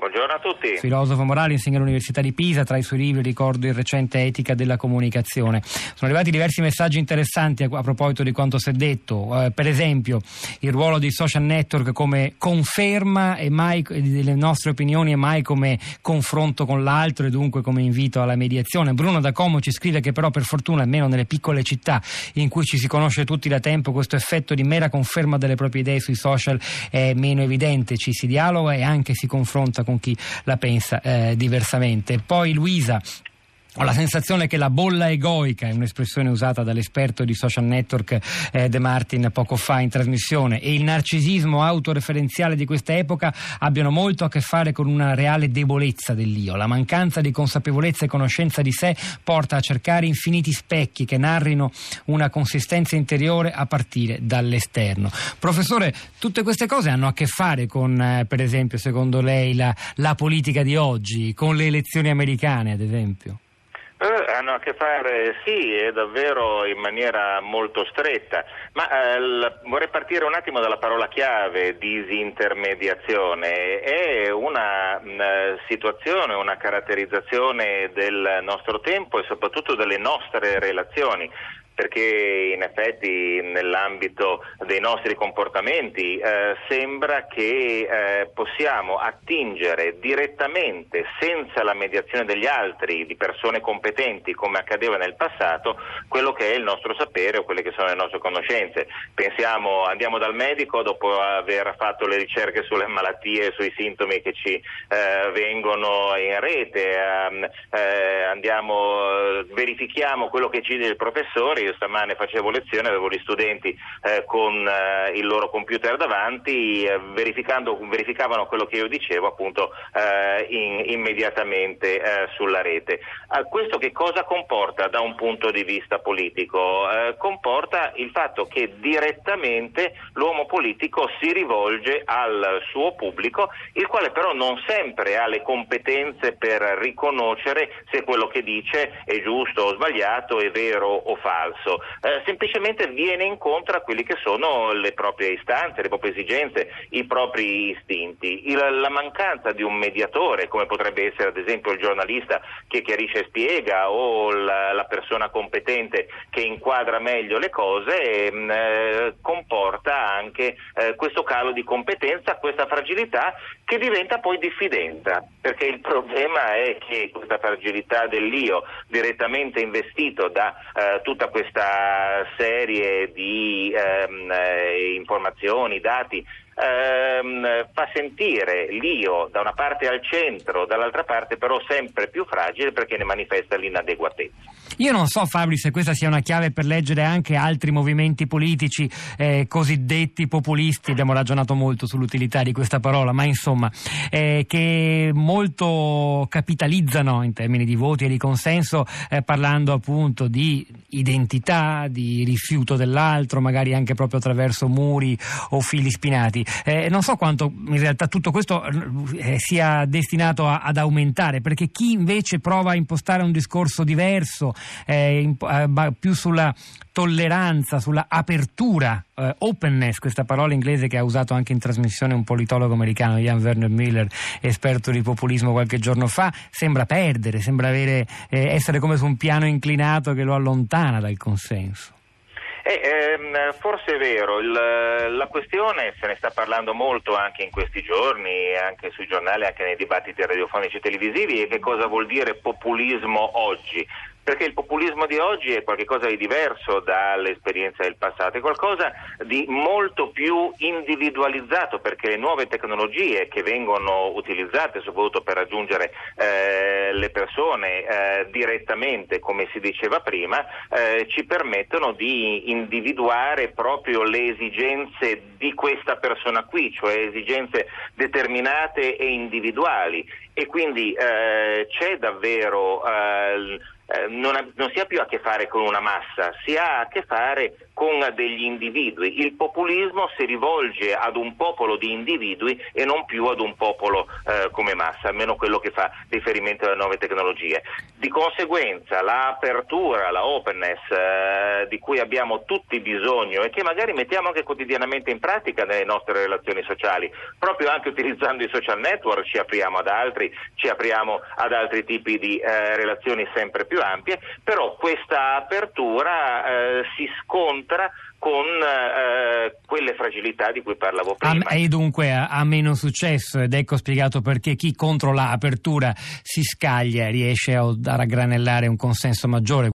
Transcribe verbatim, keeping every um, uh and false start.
Buongiorno a tutti. Filosofo morale, insegna all'Università di Pisa, tra i suoi libri ricordo il recente Etica della comunicazione. Sono arrivati diversi messaggi interessanti a, a proposito di quanto si è detto, eh, per esempio il ruolo dei social network come conferma e mai delle nostre opinioni e mai come confronto con l'altro e dunque come invito alla mediazione. Bruno da Como ci scrive che però per fortuna almeno nelle piccole città in cui ci si conosce tutti da tempo questo effetto di mera conferma delle proprie idee sui social è meno evidente, ci si dialoga e anche si confronta con chi la pensa eh, diversamente. Poi Luisa: ho la sensazione che la bolla egoica, è un'espressione usata dall'esperto di social network eh, De Martin poco fa in trasmissione, e il narcisismo autoreferenziale di questa epoca abbiano molto a che fare con una reale debolezza dell'io. La mancanza di consapevolezza e conoscenza di sé porta a cercare infiniti specchi che narrino una consistenza interiore a partire dall'esterno. Professore, tutte queste cose hanno a che fare con, eh, per esempio, secondo lei, la, la politica di oggi, con le elezioni americane, ad esempio? Eh, hanno a che fare, sì, è davvero in maniera molto stretta, ma eh, l- vorrei partire un attimo dalla parola chiave, disintermediazione. È una mh, situazione, una caratterizzazione del nostro tempo e soprattutto delle nostre relazioni, perché in effetti nell'ambito dei nostri comportamenti eh, sembra che eh, possiamo attingere direttamente, senza la mediazione degli altri, di persone competenti come accadeva nel passato, quello che è il nostro sapere o quelle che sono le nostre conoscenze. Pensiamo, andiamo dal medico dopo aver fatto le ricerche sulle malattie e sui sintomi che ci eh, vengono in rete, eh, eh, andiamo, verifichiamo quello che ci dice il professore. Io stamane facevo lezione, avevo gli studenti eh, con eh, il loro computer davanti, eh, verificando, verificavano quello che io dicevo appunto eh, in, immediatamente eh, sulla rete. Eh, questo che cosa comporta da un punto di vista politico? Eh, comporta il fatto che direttamente l'uomo politico si rivolge al suo pubblico, il quale però non sempre ha le competenze per riconoscere se quello che dice è giusto o sbagliato, è vero o falso. Eh, semplicemente viene incontro a quelli che sono le proprie istanze, le proprie esigenze, i propri istinti. Il, la mancanza di un mediatore, come potrebbe essere ad esempio il giornalista che chiarisce e spiega, o la, la persona competente che inquadra meglio le cose, eh, comporta anche eh, questo calo di competenza, questa fragilità che diventa poi diffidenza, perché il problema è che questa fragilità dell'io, direttamente investito da eh, tutta questa serie di ehm, eh, informazioni, dati, ehm, fa sentire l'io da una parte al centro, dall'altra parte però sempre più fragile, perché ne manifesta l'inadeguatezza. Io non so, Fabri, se questa sia una chiave per leggere anche altri movimenti politici eh, cosiddetti populisti. Abbiamo ragionato molto sull'utilità di questa parola, ma insomma eh, che molto capitalizzano in termini di voti e di consenso, eh, parlando appunto di identità, di rifiuto dell'altro, magari anche proprio attraverso muri o fili spinati. Eh, non so quanto in realtà tutto questo eh, sia destinato a, ad aumentare, perché chi invece prova a impostare un discorso diverso, eh, in, eh, più sulla tolleranza, sulla apertura, eh, openness, questa parola inglese che ha usato anche in trasmissione un politologo americano, Ian Werner Miller, esperto di populismo qualche giorno fa, sembra perdere, sembra avere, eh, essere come su un piano inclinato che lo allontana dal consenso. Eh, ehm, forse è vero, il, la questione, se ne sta parlando molto anche in questi giorni, anche sui giornali, anche nei dibattiti radiofonici e televisivi, e che cosa vuol dire populismo oggi. Perché il populismo di oggi è qualcosa di diverso dall'esperienza del passato, è qualcosa di molto più individualizzato, perché le nuove tecnologie che vengono utilizzate soprattutto per raggiungere eh, le persone eh, direttamente, come si diceva prima, eh, ci permettono di individuare proprio le esigenze di questa persona qui, cioè esigenze determinate e individuali, e quindi eh, c'è davvero eh, eh, non, ha, non si ha più a che fare con una massa, si ha a che fare con degli individui. Il populismo si rivolge ad un popolo di individui e non più ad un popolo eh, come massa, almeno quello che fa riferimento alle nuove tecnologie. Di conseguenza l'apertura, la openness eh, di cui abbiamo tutti bisogno e che magari mettiamo anche quotidianamente in pratica nelle nostre relazioni sociali, proprio anche utilizzando i social network ci apriamo ad altri, ci apriamo ad altri tipi di eh, relazioni sempre più ampie, però questa apertura eh, si scontra con eh, quelle fragilità di cui parlavo prima. E dunque ha, ha meno successo, ed ecco spiegato perché chi contro l'apertura si scaglia riesce a, a raggranellare un consenso maggiore.